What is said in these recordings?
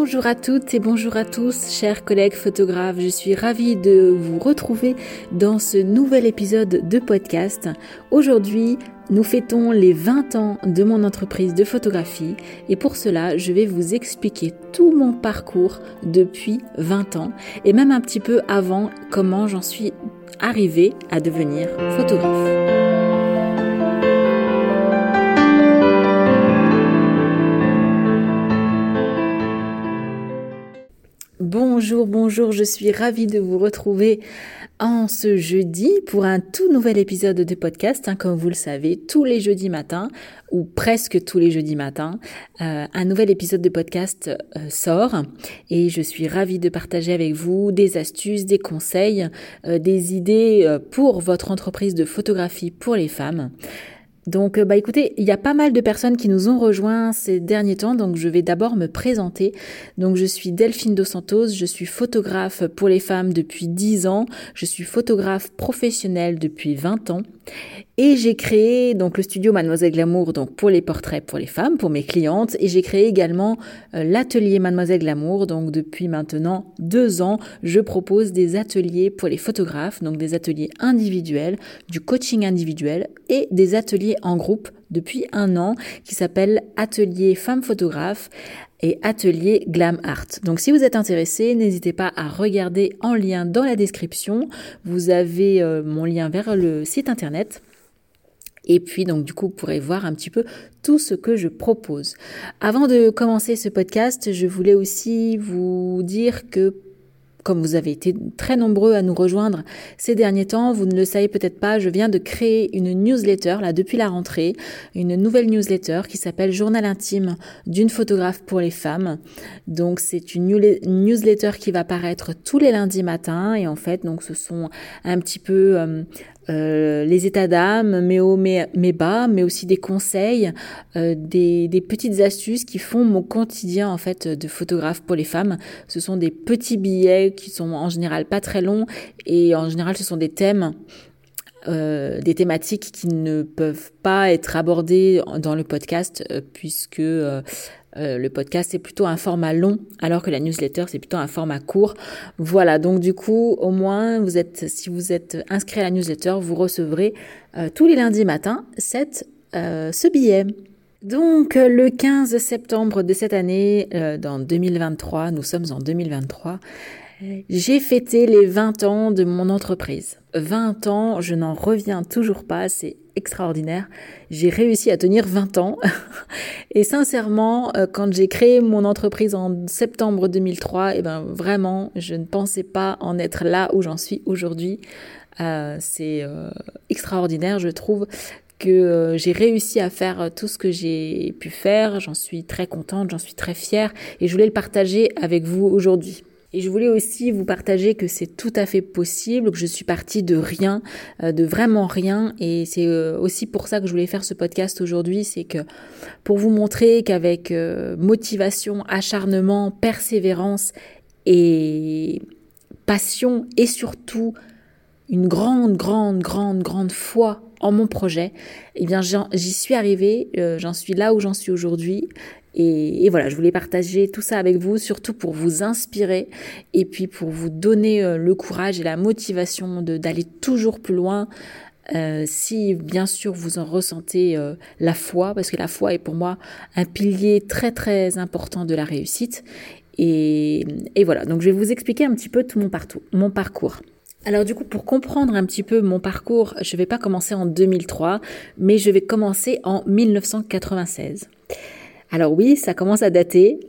Bonjour à toutes et bonjour à tous, chers collègues photographes. Je suis ravie de vous retrouver dans ce nouvel épisode de podcast. Aujourd'hui, nous fêtons les 20 ans de mon entreprise de photographie et pour cela, je vais vous expliquer tout mon parcours depuis 20 ans et même un petit peu avant comment j'en suis arrivée à devenir photographe. Bonjour, je suis ravie de vous retrouver en ce jeudi pour un tout nouvel épisode de podcast. Comme vous le savez, tous les jeudis matins, ou presque tous les jeudis matins, un nouvel épisode de podcast sort et je suis ravie de partager avec vous des astuces, des conseils, des idées pour votre entreprise de photographie pour les femmes. Donc, écoutez, il y a pas mal de personnes qui nous ont rejoints ces derniers temps, donc je vais d'abord me présenter. Donc, je suis Delphine Dos Santos, je suis photographe pour les femmes depuis 10 ans, je suis photographe professionnelle depuis 20 ans et j'ai créé donc le studio Mademoiselle Glamour donc pour les portraits pour les femmes, pour mes clientes, et j'ai créé également l'atelier Mademoiselle Glamour. Donc, depuis maintenant 2 ans, je propose des ateliers pour les photographes, donc des ateliers individuels, du coaching individuel et des ateliers en groupe depuis 1 an qui s'appelle Atelier Femmes Photographes et Atelier Glam Art. Donc si vous êtes intéressé, n'hésitez pas à regarder en lien dans la description. Vous avez mon lien vers le site internet. Et puis donc du coup, vous pourrez voir un petit peu tout ce que je propose. Avant de commencer ce podcast, je voulais aussi vous dire que comme vous avez été très nombreux à nous rejoindre ces derniers temps, vous ne le savez peut-être pas, je viens de créer une newsletter, là, depuis la rentrée, une nouvelle newsletter qui s'appelle Journal intime d'une photographe pour les femmes. Donc, c'est une newsletter qui va paraître tous les lundis matins et en fait, donc, ce sont un petit peu les états d'âme, mes hauts, mes bas, mais aussi des conseils, des petites astuces qui font mon quotidien en fait de photographe pour les femmes. Ce sont des petits billets qui sont en général pas très longs et en général ce sont des thèmes, des thématiques qui ne peuvent pas être abordées dans le podcast puisque le podcast c'est plutôt un format long alors que la newsletter c'est plutôt un format court. Voilà, donc du coup au moins si vous êtes inscrit à la newsletter, vous recevrez tous les lundis matins ce billet. Donc le 15 septembre de cette année, dans 2023, nous sommes en 2023, j'ai fêté les 20 ans de mon entreprise. 20 ans, je n'en reviens toujours pas, c'est extraordinaire. J'ai réussi à tenir 20 ans. Et sincèrement, quand j'ai créé mon entreprise en septembre 2003, vraiment, je ne pensais pas en être là où j'en suis aujourd'hui. C'est extraordinaire, je trouve que j'ai réussi à faire tout ce que j'ai pu faire. J'en suis très contente, j'en suis très fière et je voulais le partager avec vous aujourd'hui. Et je voulais aussi vous partager que c'est tout à fait possible, que je suis partie de rien, de vraiment rien. Et c'est aussi pour ça que je voulais faire ce podcast aujourd'hui, c'est que pour vous montrer qu'avec motivation, acharnement, persévérance et passion et surtout une grande foi en mon projet, j'y suis arrivée, j'en suis là où j'en suis aujourd'hui. Et voilà, je voulais partager tout ça avec vous, surtout pour vous inspirer et puis pour vous donner le courage et la motivation d'aller toujours plus loin. Si bien sûr vous en ressentez la foi, parce que la foi est pour moi un pilier très très important de la réussite. Et voilà, donc je vais vous expliquer un petit peu tout mon parcours. Alors du coup, pour comprendre un petit peu mon parcours, je vais pas commencer en 2003, mais je vais commencer en 1996. Alors oui, ça commence à dater,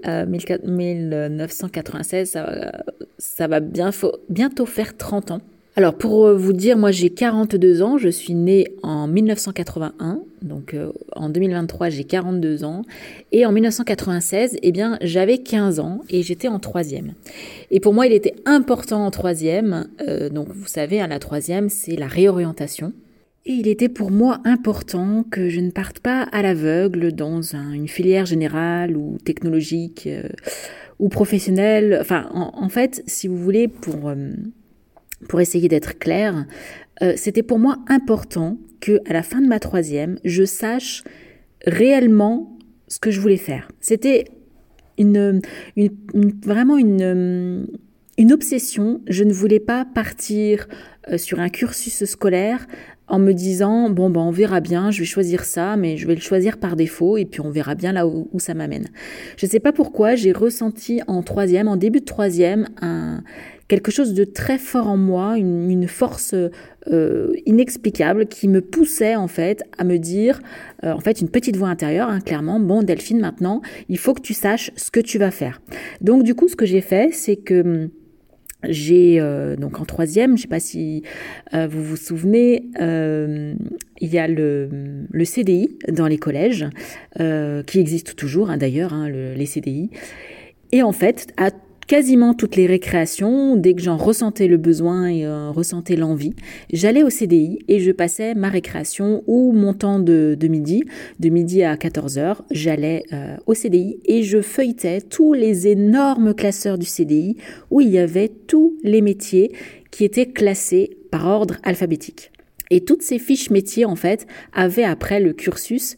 1996, ça va bientôt faire 30 ans. Alors pour vous dire, moi j'ai 42 ans, je suis née en 1981, donc en 2023 j'ai 42 ans, et en 1996, j'avais 15 ans et j'étais en 3e. Et pour moi il était important en 3e, donc vous savez, la 3e c'est la réorientation. Et il était pour moi important que je ne parte pas à l'aveugle dans une filière générale ou technologique ou professionnelle. Enfin, en fait, si vous voulez, pour essayer d'être clair, c'était pour moi important que à la fin de ma 3e, je sache réellement ce que je voulais faire. C'était vraiment une obsession. Je ne voulais pas partir sur un cursus scolaire en me disant, bon, on verra bien, je vais choisir ça, mais je vais le choisir par défaut, et puis on verra bien là où ça m'amène. Je ne sais pas pourquoi, j'ai ressenti en début de troisième, quelque chose de très fort en moi, une force inexplicable qui me poussait en fait à me dire, en fait une petite voix intérieure, clairement, bon Delphine, maintenant, il faut que tu saches ce que tu vas faire. Donc du coup, ce que j'ai fait, c'est que j'ai donc en troisième, je ne sais pas si vous vous souvenez, il y a le CDI dans les collèges, qui existe toujours d'ailleurs, les CDI. Et en fait, à quasiment toutes les récréations, dès que j'en ressentais le besoin et ressentais l'envie, j'allais au CDI et je passais ma récréation ou mon temps de midi à 14h, j'allais au CDI et je feuilletais tous les énormes classeurs du CDI où il y avait tous les métiers qui étaient classés par ordre alphabétique. Et toutes ces fiches métiers, en fait, avaient après le cursus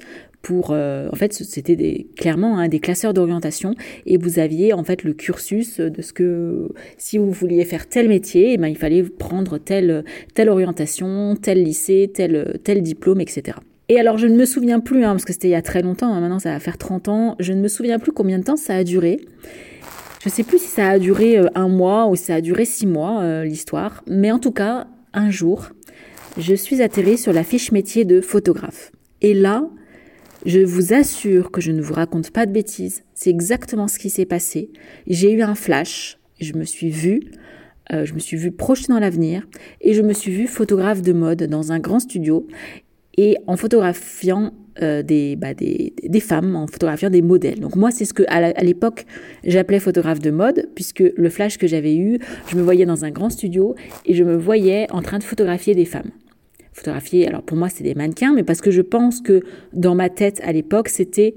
en fait, c'était clairement des classeurs d'orientation et vous aviez en fait le cursus de ce que, si vous vouliez faire tel métier, il fallait prendre telle orientation, tel lycée, tel diplôme, etc. Et alors, je ne me souviens plus, parce que c'était il y a très longtemps, maintenant ça va faire 30 ans, je ne me souviens plus combien de temps ça a duré. Je ne sais plus si ça a duré 1 mois ou si ça a duré 6 mois, l'histoire, mais en tout cas, un jour, je suis atterrie sur la fiche métier de photographe. Et là, je vous assure que je ne vous raconte pas de bêtises. C'est exactement ce qui s'est passé. J'ai eu un flash. Je me suis vue projetée dans l'avenir et je me suis vue photographe de mode dans un grand studio et en photographiant des femmes, en photographiant des modèles. Donc moi, c'est ce que à l'époque j'appelais photographe de mode, puisque le flash que j'avais eu, je me voyais dans un grand studio et je me voyais en train de photographier des femmes. Photographier, alors pour moi c'est des mannequins, mais parce que je pense que dans ma tête à l'époque c'était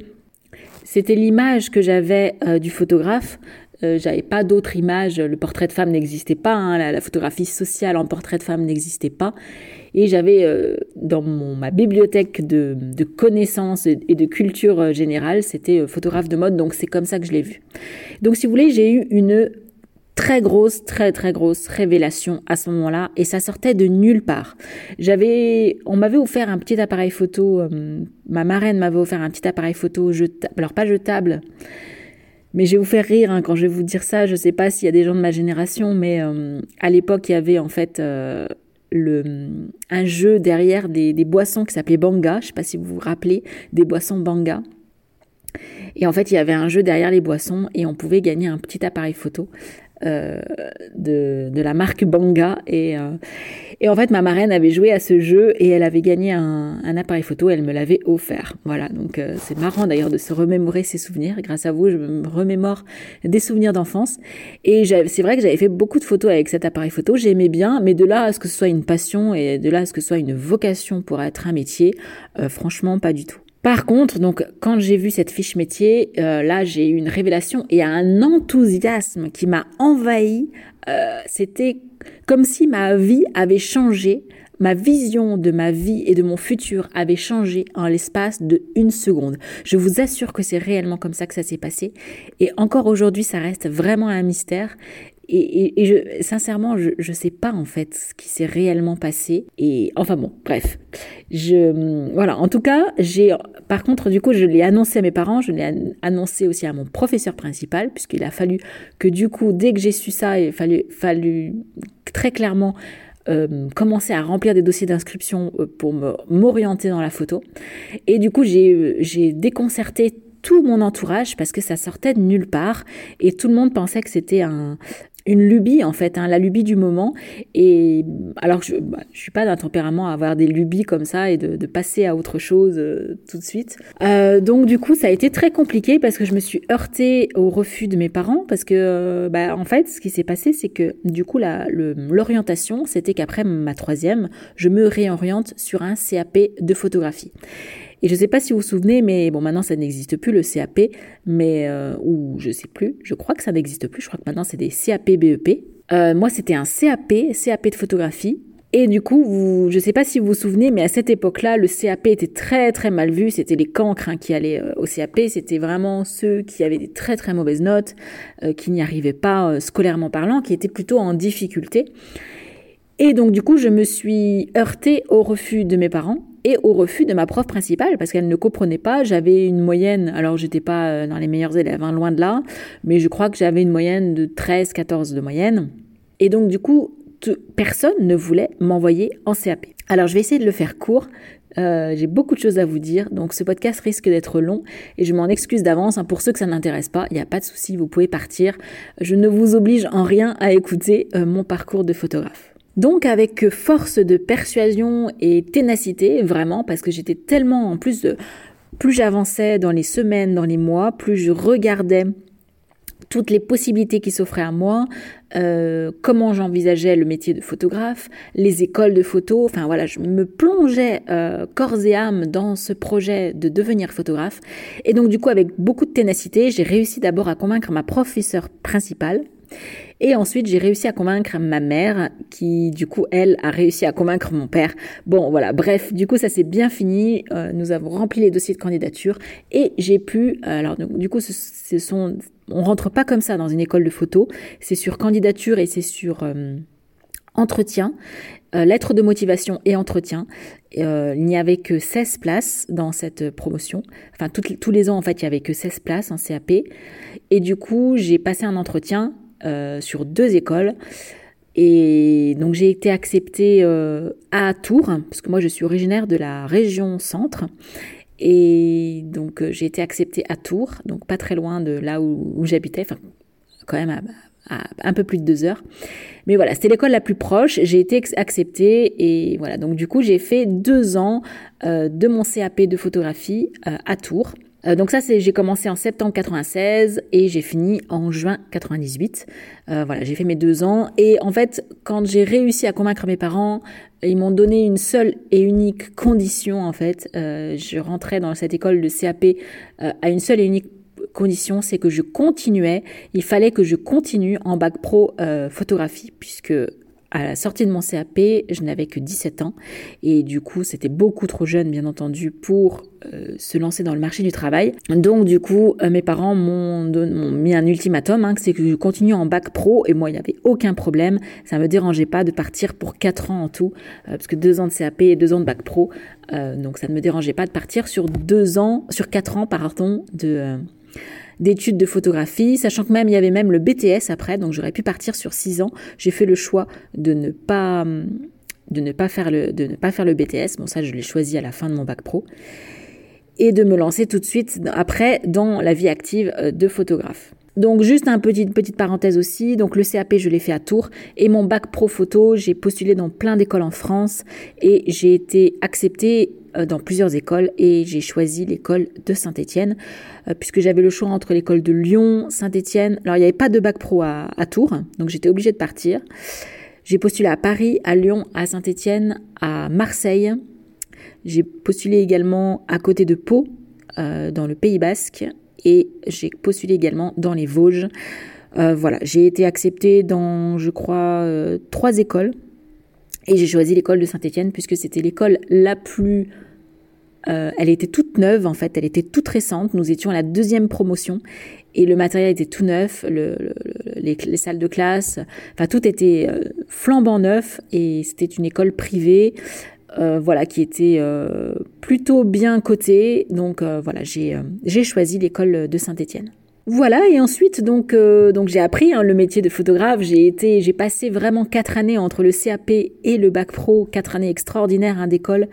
l'image que j'avais du photographe. J'avais pas d'autre image, le portrait de femme n'existait pas, la photographie sociale en portrait de femme n'existait pas, et j'avais dans ma bibliothèque de connaissances et de culture générale, c'était photographe de mode, donc c'est comme ça que je l'ai vu. Donc si vous voulez, j'ai eu une très grosse révélation à ce moment-là, et ça sortait de nulle part. On m'avait offert un petit appareil photo, ma marraine m'avait offert un petit appareil photo alors pas jetable, mais je vais vous faire rire quand je vais vous dire ça. Je sais pas s'il y a des gens de ma génération, mais à l'époque il y avait en fait un jeu derrière des boissons qui s'appelait Banga. Je sais pas si vous vous rappelez des boissons Banga. Et en fait, il y avait un jeu derrière les boissons et on pouvait gagner un petit appareil photo de la marque Banga. Et en fait, ma marraine avait joué à ce jeu et elle avait gagné un appareil photo et elle me l'avait offert. Voilà, donc c'est marrant d'ailleurs de se remémorer ces souvenirs. Grâce à vous, je me remémore des souvenirs d'enfance. Et c'est vrai que j'avais fait beaucoup de photos avec cet appareil photo. J'aimais bien, mais de là à ce que ce soit une passion et de là à ce que ce soit une vocation pour être un métier, franchement, pas du tout. Par contre, donc, quand j'ai vu cette fiche métier, là, j'ai eu une révélation et un enthousiasme qui m'a envahi. C'était comme si ma vie avait changé, ma vision de ma vie et de mon futur avait changé en l'espace de 1 seconde. Je vous assure que c'est réellement comme ça que ça s'est passé. Et encore aujourd'hui, ça reste vraiment un mystère. Et sincèrement, je sais pas en fait ce qui s'est réellement passé. Et enfin bon, bref. Voilà. En tout cas, par contre, du coup, je l'ai annoncé à mes parents, je l'ai annoncé aussi à mon professeur principal, puisqu'il a fallu que du coup, dès que j'ai su ça, il fallu très clairement commencer à remplir des dossiers d'inscription pour m'orienter dans la photo. Et du coup, j'ai déconcerté tout mon entourage parce que ça sortait de nulle part et tout le monde pensait que c'était une lubie en fait, la lubie du moment. Et alors que je suis pas d'un tempérament à avoir des lubies comme ça et de passer à autre chose tout de suite. Donc du coup ça a été très compliqué parce que je me suis heurtée au refus de mes parents parce que en fait ce qui s'est passé c'est que du coup l'orientation c'était qu'après ma troisième je me réoriente sur un CAP de photographie. Et je ne sais pas si vous vous souvenez, mais bon, maintenant ça n'existe plus le CAP, mais ou je sais plus, je crois que ça n'existe plus, je crois que maintenant c'est des CAP BEP. Moi c'était un CAP de photographie, Et du coup, je ne sais pas si vous vous souvenez, mais à cette époque-là, le CAP était très très mal vu. C'était les cancres qui allaient au CAP. C'était vraiment ceux qui avaient des très très mauvaises notes, qui n'y arrivaient pas scolairement parlant, qui étaient plutôt en difficulté. Et donc du coup, je me suis heurtée au refus de mes parents et au refus de ma prof principale parce qu'elle ne comprenait pas. J'avais une moyenne, alors j'étais pas dans les meilleurs élèves, loin de là, mais je crois que j'avais une moyenne de 13-14 de moyenne. Et donc du coup, personne ne voulait m'envoyer en CAP. Alors je vais essayer de le faire court. J'ai beaucoup de choses à vous dire, donc ce podcast risque d'être long et je m'en excuse d'avance. Pour ceux que ça n'intéresse pas, il n'y a pas de souci, vous pouvez partir. Je ne vous oblige en rien à écouter mon parcours de photographe. Donc avec force de persuasion et ténacité, vraiment, parce que j'étais tellement, en plus, plus j'avançais dans les semaines, dans les mois, plus je regardais toutes les possibilités qui s'offraient à moi, comment j'envisageais le métier de photographe, les écoles de photo, enfin voilà, je me plongeais corps et âme dans ce projet de devenir photographe. Et donc du coup, avec beaucoup de ténacité, j'ai réussi d'abord à convaincre ma professeure principale. Et ensuite, j'ai réussi à convaincre ma mère qui, du coup, elle, a réussi à convaincre mon père. Bon, voilà, bref, du coup, ça s'est bien fini. Nous avons rempli les dossiers de candidature et j'ai pu... alors, du coup, on rentre pas comme ça dans une école de photo. C'est sur candidature et c'est sur entretien, lettre de motivation et entretien. Il n'y avait que 16 places dans cette promotion. Enfin, tous les ans, en fait, il n'y avait que 16 places en CAP. Et du coup, j'ai passé un entretien sur 2 écoles et donc j'ai été acceptée à Tours parce que moi je suis originaire de la région centre et donc j'ai été acceptée à Tours, donc pas très loin de là où j'habitais, enfin quand même à un peu plus de 2 heures, mais voilà, c'était l'école la plus proche. J'ai été acceptée et voilà, donc du coup j'ai fait 2 ans de mon CAP de photographie à Tours. Donc ça, j'ai commencé en septembre 96 et j'ai fini en juin 98. Voilà, j'ai fait mes 2 ans. Et en fait, quand j'ai réussi à convaincre mes parents, ils m'ont donné une seule et unique condition, en fait. Je rentrais dans cette école de CAP à une seule et unique condition, c'est que je continuais. Il fallait que je continue en bac pro photographie, puisque à la sortie de mon CAP, je n'avais que 17 ans et du coup, c'était beaucoup trop jeune, bien entendu, pour se lancer dans le marché du travail. Donc du coup, mes parents m'ont mis un ultimatum, c'est que je continue en bac pro et moi, il n'y avait aucun problème. Ça ne me dérangeait pas de partir pour 4 ans en tout, parce que 2 ans de CAP et 2 ans de bac pro. Donc ça ne me dérangeait pas de partir sur 4 ans, d'études de photographie, sachant que il y avait même le BTS après, donc j'aurais pu partir sur 6 ans. J'ai fait le choix de ne pas faire le BTS. Bon, ça, je l'ai choisi à la fin de mon bac pro. Et de me lancer tout de suite après dans la vie active de photographe. Donc juste une petite parenthèse aussi, donc le CAP je l'ai fait à Tours et mon bac pro photo, j'ai postulé dans plein d'écoles en France et j'ai été acceptée dans plusieurs écoles et j'ai choisi l'école de Saint-Étienne puisque j'avais le choix entre l'école de Lyon, Saint-Étienne. Alors il n'y avait pas de bac pro à Tours, donc j'étais obligée de partir. J'ai postulé à Paris, à Lyon, à Saint-Étienne, à Marseille. J'ai postulé également à côté de Pau, dans le Pays Basque. Et j'ai postulé également dans les Vosges. Voilà, j'ai été acceptée dans, je crois, 3 écoles. Et j'ai choisi l'école de Saint-Étienne puisque c'était l'école la plus... elle était toute neuve en fait, elle était toute récente. Nous étions à la 2e promotion et le matériel était tout neuf, les salles de classe, enfin tout était flambant neuf et c'était une école privée. Voilà, qui était plutôt bien cotée. Donc voilà, j'ai choisi l'école de Saint-Étienne. Voilà, et ensuite donc j'ai appris le métier de photographe. J'ai passé vraiment 4 années entre le CAP et le bac pro, 4 années extraordinaires d'école.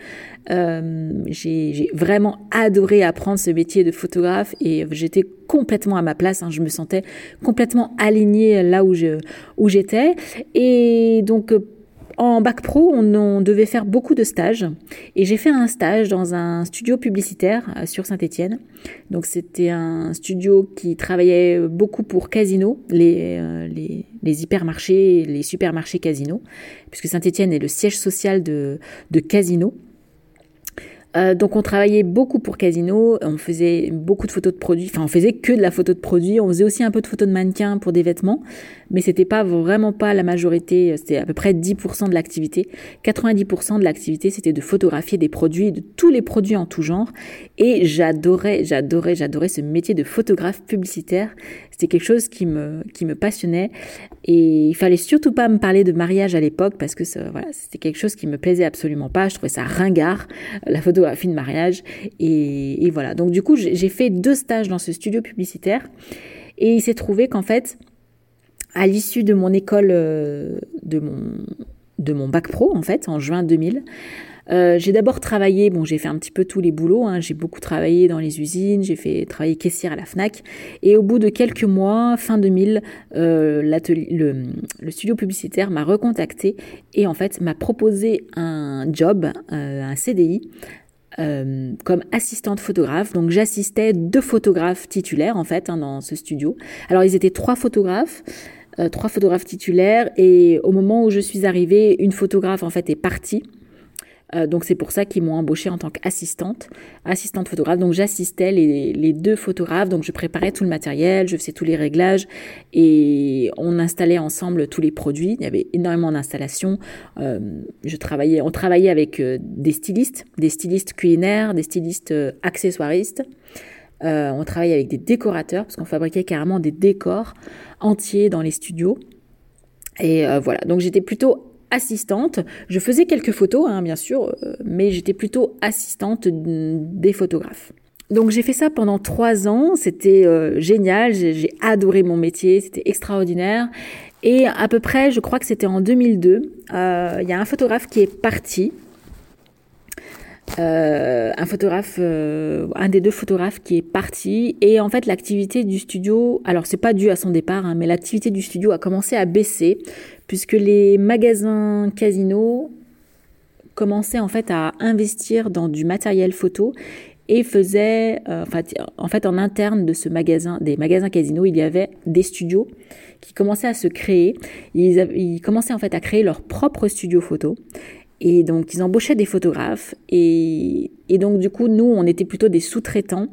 J'ai vraiment adoré apprendre ce métier de photographe et j'étais complètement à ma place. Je me sentais complètement alignée là où j'étais. Et donc en bac pro, on devait faire beaucoup de stages et j'ai fait un stage dans un studio publicitaire sur Saint-Étienne. Donc c'était un studio qui travaillait beaucoup pour Casino, les hypermarchés, les supermarchés Casino, puisque Saint-Étienne est le siège social de Casino. Donc on travaillait beaucoup pour Casino, on faisait beaucoup de photos de produits, enfin on faisait que de la photo de produits, on faisait aussi un peu de photos de mannequins pour des vêtements, mais c'était vraiment pas la majorité, c'était à peu près 10% de l'activité. 90% de l'activité c'était de photographier des produits, de tous les produits en tout genre, et j'adorais ce métier de photographe publicitaire. C'était quelque chose qui me passionnait, et il fallait surtout pas me parler de mariage à l'époque parce que c'était quelque chose qui me plaisait absolument pas, je trouvais ça ringard, la photographie de mariage, et voilà. Donc du coup, j'ai fait 2 stages dans ce studio publicitaire, et il s'est trouvé qu'en fait, à l'issue de mon école, de mon bac pro, en fait, en juin 2000, j'ai d'abord travaillé, j'ai fait un petit peu tous les boulots, j'ai beaucoup travaillé dans les usines, j'ai fait travailler caissière à la Fnac, et au bout de quelques mois, fin 2000, le studio publicitaire m'a recontacté et en fait m'a proposé un job, un CDI, comme assistante photographe. Donc j'assistais 2 photographes titulaires en fait dans ce studio. Alors ils étaient 3 photographes titulaires, et au moment où je suis arrivée, une photographe en fait est partie. Donc c'est pour ça qu'ils m'ont embauchée en tant qu'assistante photographe. Donc j'assistais les 2 photographes, donc je préparais tout le matériel, je faisais tous les réglages, et on installait ensemble tous les produits. Il y avait énormément d'installations. On travaillait avec des stylistes culinaires, des stylistes accessoiristes. On travaillait avec des décorateurs, parce qu'on fabriquait carrément des décors entiers dans les studios. Et voilà, donc j'étais plutôt assistante. Je faisais quelques photos, bien sûr, mais j'étais plutôt assistante des photographes. Donc j'ai fait ça pendant 3 ans, c'était génial, j'ai adoré mon métier, c'était extraordinaire. Et à peu près, je crois que c'était en 2002, il y a un photographe qui est parti. Un des 2 photographes qui est parti, et en fait l'activité du studio, alors c'est pas dû à son départ, mais l'activité du studio a commencé à baisser puisque les magasins Casino commençaient en fait à investir dans du matériel photo et faisaient en fait en interne de des magasins Casino, il y avait des studios qui commençaient à se créer. Ils commençaient en fait à créer leur propre studio photo. Et donc, ils embauchaient des photographes. Et donc, du coup, nous, on était plutôt des sous-traitants.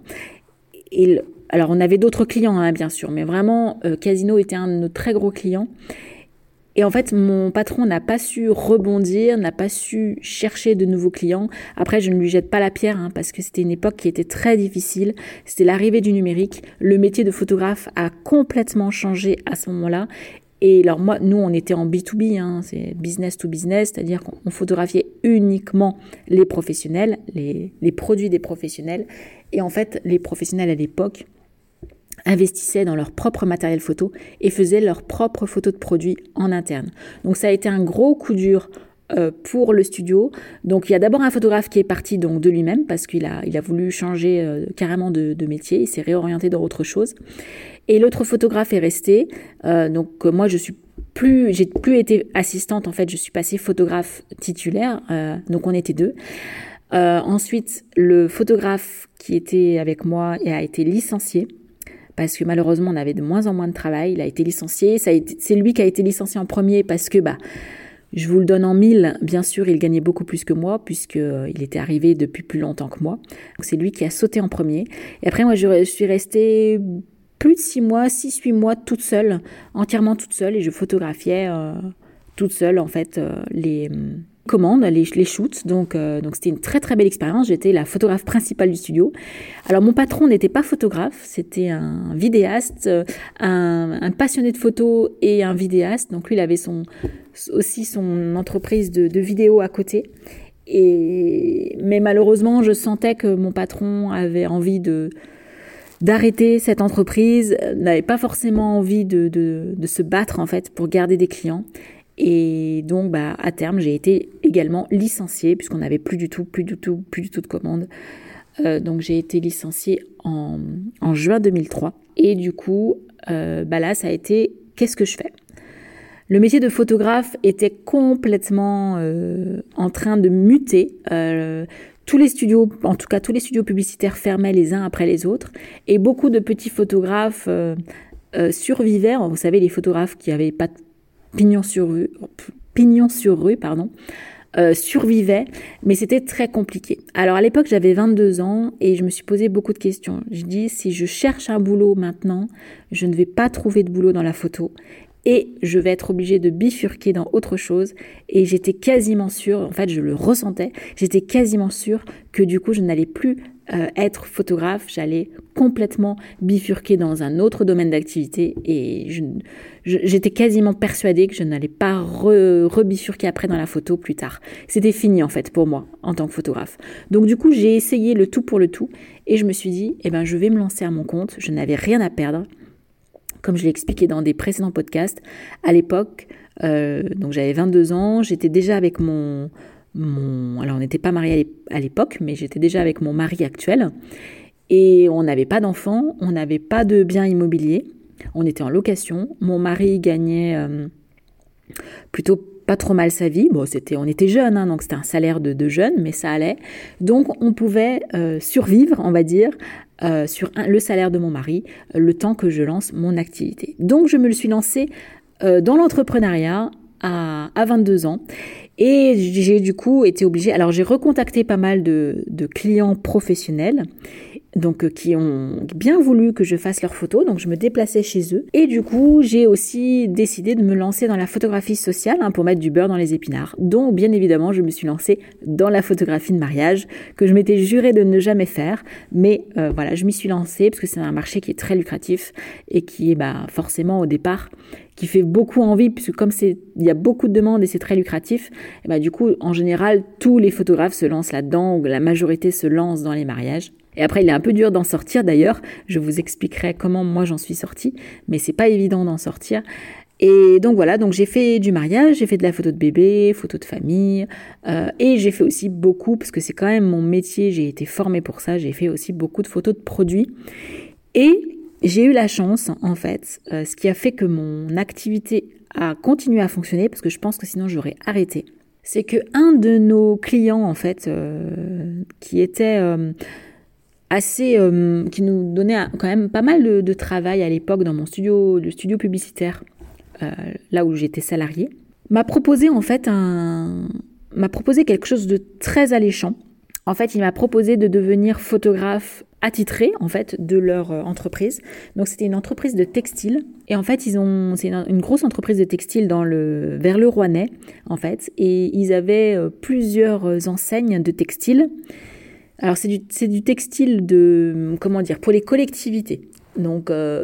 Alors, on avait d'autres clients, bien sûr. Mais vraiment, Casino était un de nos très gros clients. Et en fait, mon patron n'a pas su rebondir, n'a pas su chercher de nouveaux clients. Après, je ne lui jette pas la pierre, parce que c'était une époque qui était très difficile. C'était l'arrivée du numérique. Le métier de photographe a complètement changé à ce moment-là. Et alors nous, on était en B2B, c'est business to business, c'est-à-dire qu'on photographiait uniquement les professionnels, les produits des professionnels. Et en fait, les professionnels à l'époque investissaient dans leur propre matériel photo et faisaient leurs propres photos de produits en interne. Donc ça a été un gros coup dur pour le studio. Donc il y a d'abord un photographe qui est parti donc de lui-même parce qu'il a voulu changer carrément de métier, il s'est réorienté dans autre chose. Et l'autre photographe est resté. Donc moi j'ai plus été assistante, en fait je suis passée photographe titulaire. Donc on était 2. Ensuite le photographe qui était avec moi a été licencié. Parce que malheureusement on avait de moins en moins de travail. Il a été licencié. C'est lui qui a été licencié en premier parce que je vous le donne en 1000, bien sûr, il gagnait beaucoup plus que moi, puisqu'il était arrivé depuis plus longtemps que moi. Donc c'est lui qui a sauté en premier. Et après, moi, je suis restée plus de 6-8 mois toute seule, entièrement toute seule, et je photographiais toute seule, en fait, les commandes, les shoots. Donc c'était une très très belle expérience. J'étais la photographe principale du studio. Alors mon patron n'était pas photographe, c'était un vidéaste, un passionné de photos et un vidéaste. Donc lui, il avait aussi son entreprise de vidéo à côté. Mais malheureusement, je sentais que mon patron avait envie d'arrêter cette entreprise, n'avait pas forcément envie de se battre en fait pour garder des clients. Et donc, à terme, j'ai été également licenciée puisqu'on n'avait plus du tout de commandes. Donc, j'ai été licenciée en juin 2003. Et du coup, là, ça a été « qu'est-ce que je fais ?» Le métier de photographe était complètement en train de muter. Tous les studios publicitaires fermaient les uns après les autres. Et beaucoup de petits photographes survivaient. Vous savez, les photographes qui n'avaient pas de pignon sur rue, survivais, mais c'était très compliqué. Alors à l'époque, j'avais 22 ans et je me suis posé beaucoup de questions. Je dis, si je cherche un boulot maintenant, je ne vais pas trouver de boulot dans la photo et je vais être obligée de bifurquer dans autre chose. Et j'étais quasiment sûre, en fait je le ressentais, j'étais quasiment sûre que du coup je n'allais plus être photographe, j'allais complètement bifurquer dans un autre domaine d'activité et j'étais quasiment persuadée que je n'allais pas rebifurquer après dans la photo plus tard. C'était fini en fait pour moi en tant que photographe. Donc du coup j'ai essayé le tout pour le tout et je me suis dit je vais me lancer à mon compte, je n'avais rien à perdre. Comme je l'ai expliqué dans des précédents podcasts, à l'époque, donc j'avais 22 ans, j'étais déjà avec alors on n'était pas mariés à l'époque, mais j'étais déjà avec mon mari actuel. Et on n'avait pas d'enfants, on n'avait pas de biens immobiliers, on était en location. Mon mari gagnait plutôt pas trop mal sa vie. Bon, on était jeunes, donc c'était un salaire de jeunes, mais ça allait. Donc on pouvait survivre, on va dire, sur le salaire de mon mari, le temps que je lance mon activité. Donc je me le suis lancée dans l'entrepreneuriat à 22 ans. Et j'ai du coup été obligée, alors j'ai recontacté pas mal de clients professionnels, donc qui ont bien voulu que je fasse leurs photos, donc je me déplaçais chez eux. Et du coup, j'ai aussi décidé de me lancer dans la photographie sociale pour mettre du beurre dans les épinards. Donc bien évidemment, je me suis lancée dans la photographie de mariage, que je m'étais juré de ne jamais faire. Mais voilà, je m'y suis lancée parce que c'est un marché qui est très lucratif et qui est forcément au départ qui fait beaucoup envie, puisque comme il y a beaucoup de demandes et c'est très lucratif, du coup, en général, tous les photographes se lancent là-dedans, ou la majorité se lance dans les mariages. Et après, il est un peu dur d'en sortir d'ailleurs, je vous expliquerai comment moi j'en suis sortie, mais c'est pas évident d'en sortir. Et donc voilà, donc j'ai fait du mariage, j'ai fait de la photo de bébé, photo de famille, et j'ai fait aussi beaucoup, parce que c'est quand même mon métier, j'ai été formée pour ça, j'ai fait aussi beaucoup de photos de produits. Et j'ai eu la chance, en fait, ce qui a fait que mon activité a continué à fonctionner, parce que je pense que sinon j'aurais arrêté. C'est que un de nos clients, en fait, qui était qui nous donnait quand même pas mal de travail à l'époque dans mon studio, le studio publicitaire, là où j'étais salariée, m'a proposé en fait quelque chose de très alléchant. En fait, il m'a proposé de devenir photographe attitré en fait de leur entreprise. Donc c'était une entreprise de textile et en fait c'est une grosse entreprise de textile vers le Rouennais en fait, et ils avaient plusieurs enseignes de textile. Alors c'est du textile pour les collectivités. Donc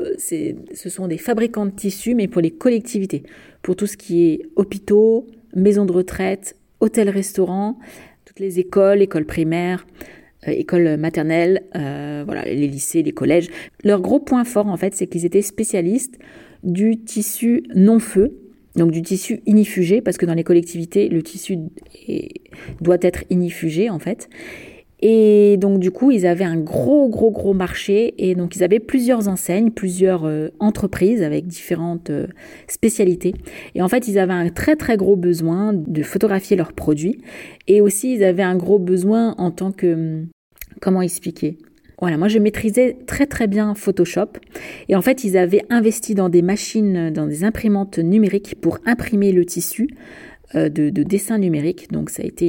ce sont des fabricants de tissus mais pour les collectivités, pour tout ce qui est hôpitaux, maisons de retraite, hôtels-restaurants, toutes les écoles primaires, écoles maternelles, les lycées, les collèges. Leur gros point fort, en fait, c'est qu'ils étaient spécialistes du tissu non-feu, donc du tissu inifugé, parce que dans les collectivités, le tissu doit être inifugé, en fait. Et donc du coup, ils avaient un gros marché et donc ils avaient plusieurs enseignes, plusieurs entreprises avec différentes spécialités. Et en fait, ils avaient un très gros besoin de photographier leurs produits et aussi ils avaient un gros besoin en tant que... Comment expliquer ? Voilà, moi je maîtrisais très bien Photoshop et en fait ils avaient investi dans des machines, dans des imprimantes numériques pour imprimer le tissu de dessin numérique. Donc ça a été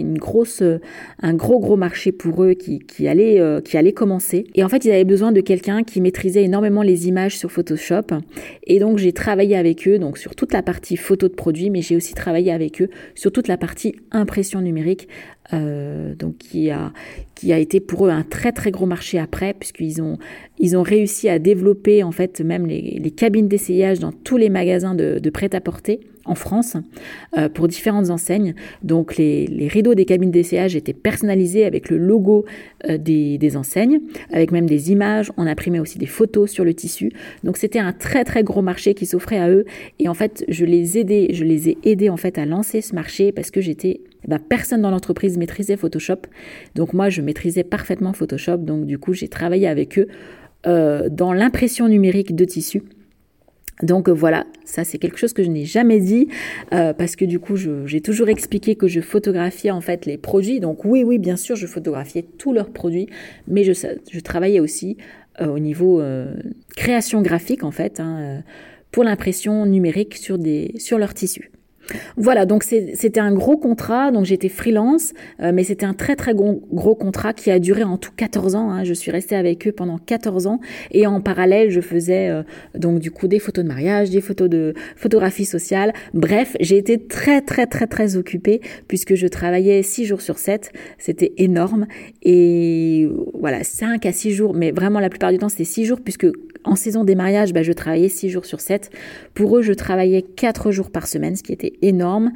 un gros marché pour eux qui allait commencer. Et en fait, ils avaient besoin de quelqu'un qui maîtrisait énormément les images sur Photoshop. Et donc j'ai travaillé avec eux donc sur toute la partie photo de produits, mais j'ai aussi travaillé avec eux sur toute la partie impression numérique. Donc qui a été pour eux un très gros marché après, puisqu'ils ont réussi à développer en fait même les cabines d'essayage dans tous les magasins de prêt-à-porter en France pour différentes enseignes. Donc les rideaux des cabines d'essayage étaient personnalisés avec le logo des enseignes, avec même des images. On imprimait aussi des photos sur le tissu. Donc c'était un très gros marché qui s'offrait à eux. Et en fait, je les ai aidés en fait à lancer ce marché parce que personne dans l'entreprise maîtrisait Photoshop. Donc moi, je maîtrisais parfaitement Photoshop. Donc du coup, j'ai travaillé avec eux dans l'impression numérique de tissu. Donc voilà, ça c'est quelque chose que je n'ai jamais dit parce que du coup j'ai toujours expliqué que je photographiais en fait les produits. Donc oui bien sûr je photographiais tous leurs produits, mais je travaillais aussi au niveau création graphique en fait pour l'impression numérique sur leurs tissus. Voilà, donc c'était un gros contrat, donc j'étais freelance, mais c'était un très très gros contrat qui a duré en tout 14 ans, hein. Je suis restée avec eux pendant 14 ans et en parallèle je faisais donc du coup des photos de mariage, des photos de photographie sociale, bref, j'ai été très très très très occupée puisque je travaillais 6 jours sur 7, c'était énorme et voilà, 5 à 6 jours, mais vraiment la plupart du temps c'était 6 jours puisque en saison des mariages, je travaillais 6 jours sur 7. Pour eux, je travaillais 4 jours par semaine, ce qui était énorme.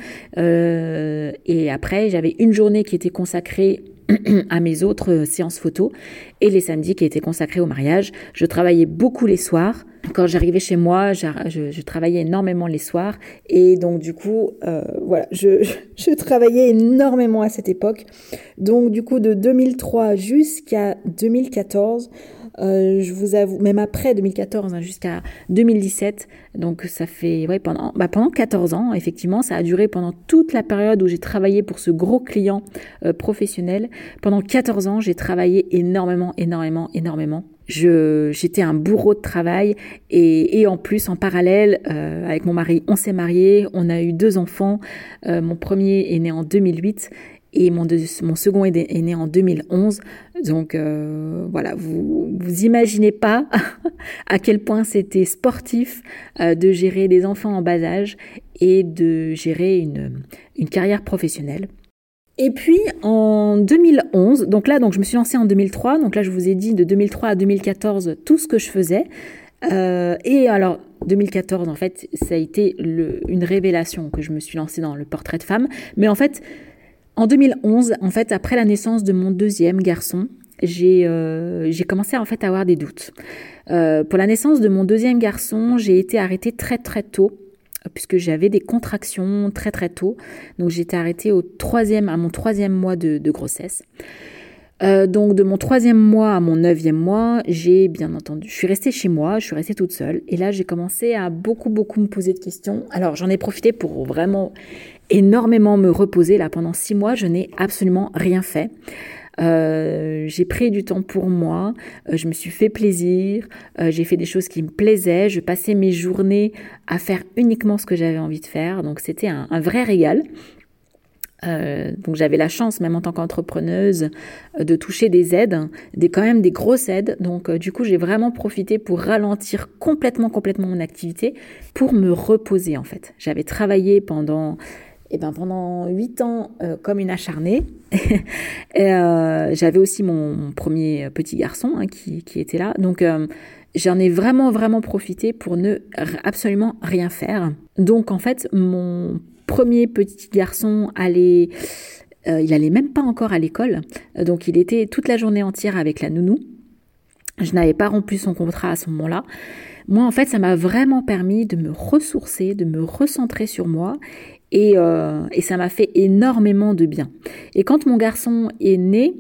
Et après, j'avais une journée qui était consacrée à mes autres séances photos et les samedis qui étaient consacrés au mariage. Je travaillais beaucoup les soirs. Quand j'arrivais chez moi, je travaillais énormément les soirs et donc du coup, voilà, je travaillais énormément à cette époque. Donc du coup, de 2003 jusqu'à 2014, je vous avoue, même après 2014 hein, jusqu'à 2017, donc ça fait pendant 14 ans, effectivement, ça a duré pendant toute la période où j'ai travaillé pour ce gros client professionnel. Pendant 14 ans, j'ai travaillé énormément. J'étais un bourreau de travail et en plus, en parallèle, avec mon mari, on s'est mariés, on a eu 2 enfants. Mon premier est né en 2008 et mon second est né en 2011. Donc voilà, vous imaginez pas à quel point c'était sportif de gérer des enfants en bas âge et de gérer une carrière professionnelle. Et puis en 2011, donc je me suis lancée en 2003, donc là je vous ai dit de 2003 à 2014 tout ce que je faisais. Et alors 2014 en fait ça a été une révélation que je me suis lancée dans le portrait de femme, mais en fait en 2011, en fait, après la naissance de mon deuxième garçon, j'ai commencé en fait à avoir des doutes. Pour la naissance de mon deuxième garçon, j'ai été arrêtée très très tôt, puisque j'avais des contractions très très tôt. Donc j'ai été arrêtée à mon 3e mois de grossesse. Donc de mon 3e mois à mon 9e mois, je suis restée chez moi, je suis restée toute seule. Et là, j'ai commencé à beaucoup me poser de questions. Alors j'en ai profité pour vraiment énormément me reposer. Là, pendant 6 mois, je n'ai absolument rien fait. J'ai pris du temps pour moi, je me suis fait plaisir, j'ai fait des choses qui me plaisaient, je passais mes journées à faire uniquement ce que j'avais envie de faire. Donc c'était un vrai régal. Donc j'avais la chance, même en tant qu'entrepreneuse, de toucher des aides, quand même des grosses aides. Donc du coup, j'ai vraiment profité pour ralentir complètement mon activité, pour me reposer en fait. J'avais travaillé pendant 8 ans comme une acharnée. Et, j'avais aussi mon premier petit garçon qui était là. Donc j'en ai vraiment profité pour ne absolument rien faire. Donc en fait, mon premier petit garçon il allait même pas encore à l'école, donc il était toute la journée entière avec la nounou. Je n'avais pas rompu son contrat à ce moment-là. Moi, en fait, ça m'a vraiment permis de me ressourcer, de me recentrer sur moi et ça m'a fait énormément de bien. Et quand mon garçon est né,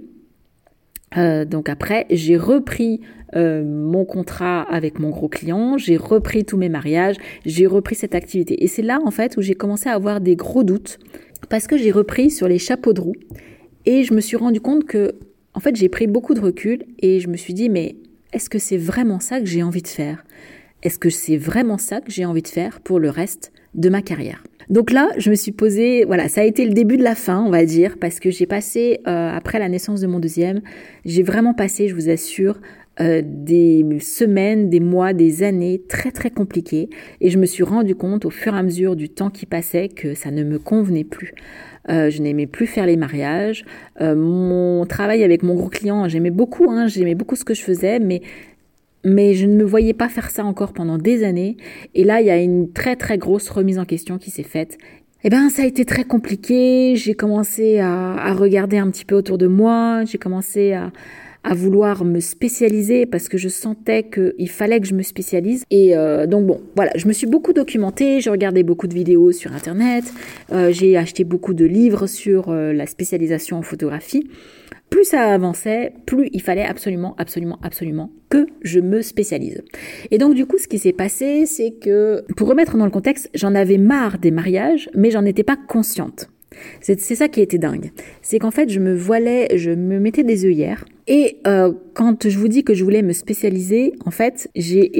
donc après, j'ai repris mon contrat avec mon gros client, j'ai repris tous mes mariages, j'ai repris cette activité. Et c'est là, en fait, où j'ai commencé à avoir des gros doutes parce que j'ai repris sur les chapeaux de roue et je me suis rendu compte que, en fait, j'ai pris beaucoup de recul et je me suis dit, mais est-ce que c'est vraiment ça que j'ai envie de faire ? Est-ce que c'est vraiment ça que j'ai envie de faire pour le reste de ma carrière ? Donc là, je me suis posée, voilà, ça a été le début de la fin, on va dire, parce que j'ai passé, après la naissance de mon deuxième, j'ai vraiment passé, je vous assure, des semaines, des mois, des années très très compliquées. Et je me suis rendu compte au fur et à mesure du temps qui passait que ça ne me convenait plus. Je n'aimais plus faire les mariages. Mon travail avec mon gros client, j'aimais beaucoup ce que je faisais, mais je ne me voyais pas faire ça encore pendant des années. Et là, il y a une très très grosse remise en question qui s'est faite. Ça a été très compliqué. J'ai commencé à regarder un petit peu autour de moi. J'ai commencé à vouloir me spécialiser parce que je sentais qu'il fallait que je me spécialise. Et donc bon, voilà, je me suis beaucoup documentée. J'ai regardé beaucoup de vidéos sur Internet. J'ai acheté beaucoup de livres sur la spécialisation en photographie. Plus ça avançait, plus il fallait absolument que je me spécialise. Et donc du coup, ce qui s'est passé, c'est que, pour remettre dans le contexte, j'en avais marre des mariages, mais j'en étais pas consciente. C'est ça qui était dingue. C'est qu'en fait, je me mettais des œillères. Et quand je vous dis que je voulais me spécialiser, en fait, j'ai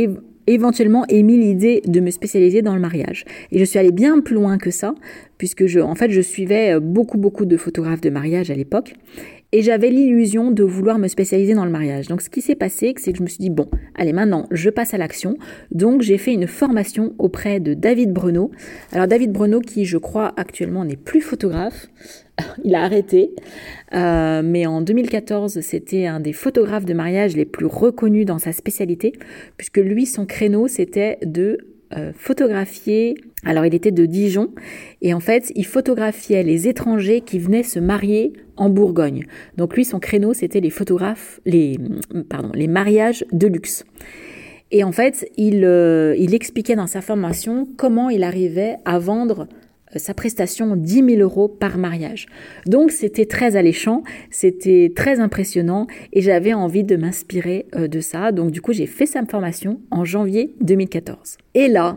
éventuellement émis l'idée de me spécialiser dans le mariage. Et je suis allée bien plus loin que ça, puisque je suivais beaucoup de photographes de mariage à l'époque. Et j'avais l'illusion de vouloir me spécialiser dans le mariage. Donc, ce qui s'est passé, c'est que je me suis dit, bon, allez, maintenant, je passe à l'action. Donc, j'ai fait une formation auprès de David Breneau. Alors, David Breneau, qui, je crois, actuellement n'est plus photographe. Il a arrêté. Mais en 2014, c'était un des photographes de mariage les plus reconnus dans sa spécialité, puisque lui, son créneau, c'était de photographier. Alors, il était de Dijon et en fait, il photographiait les étrangers qui venaient se marier en Bourgogne. Donc lui, son créneau, c'était les mariages de luxe. Et en fait, il expliquait dans sa formation comment il arrivait à vendre sa prestation 10 000 € par mariage. Donc, c'était très alléchant, c'était très impressionnant et j'avais envie de m'inspirer de ça. Donc, du coup, j'ai fait sa formation en janvier 2014. Et là,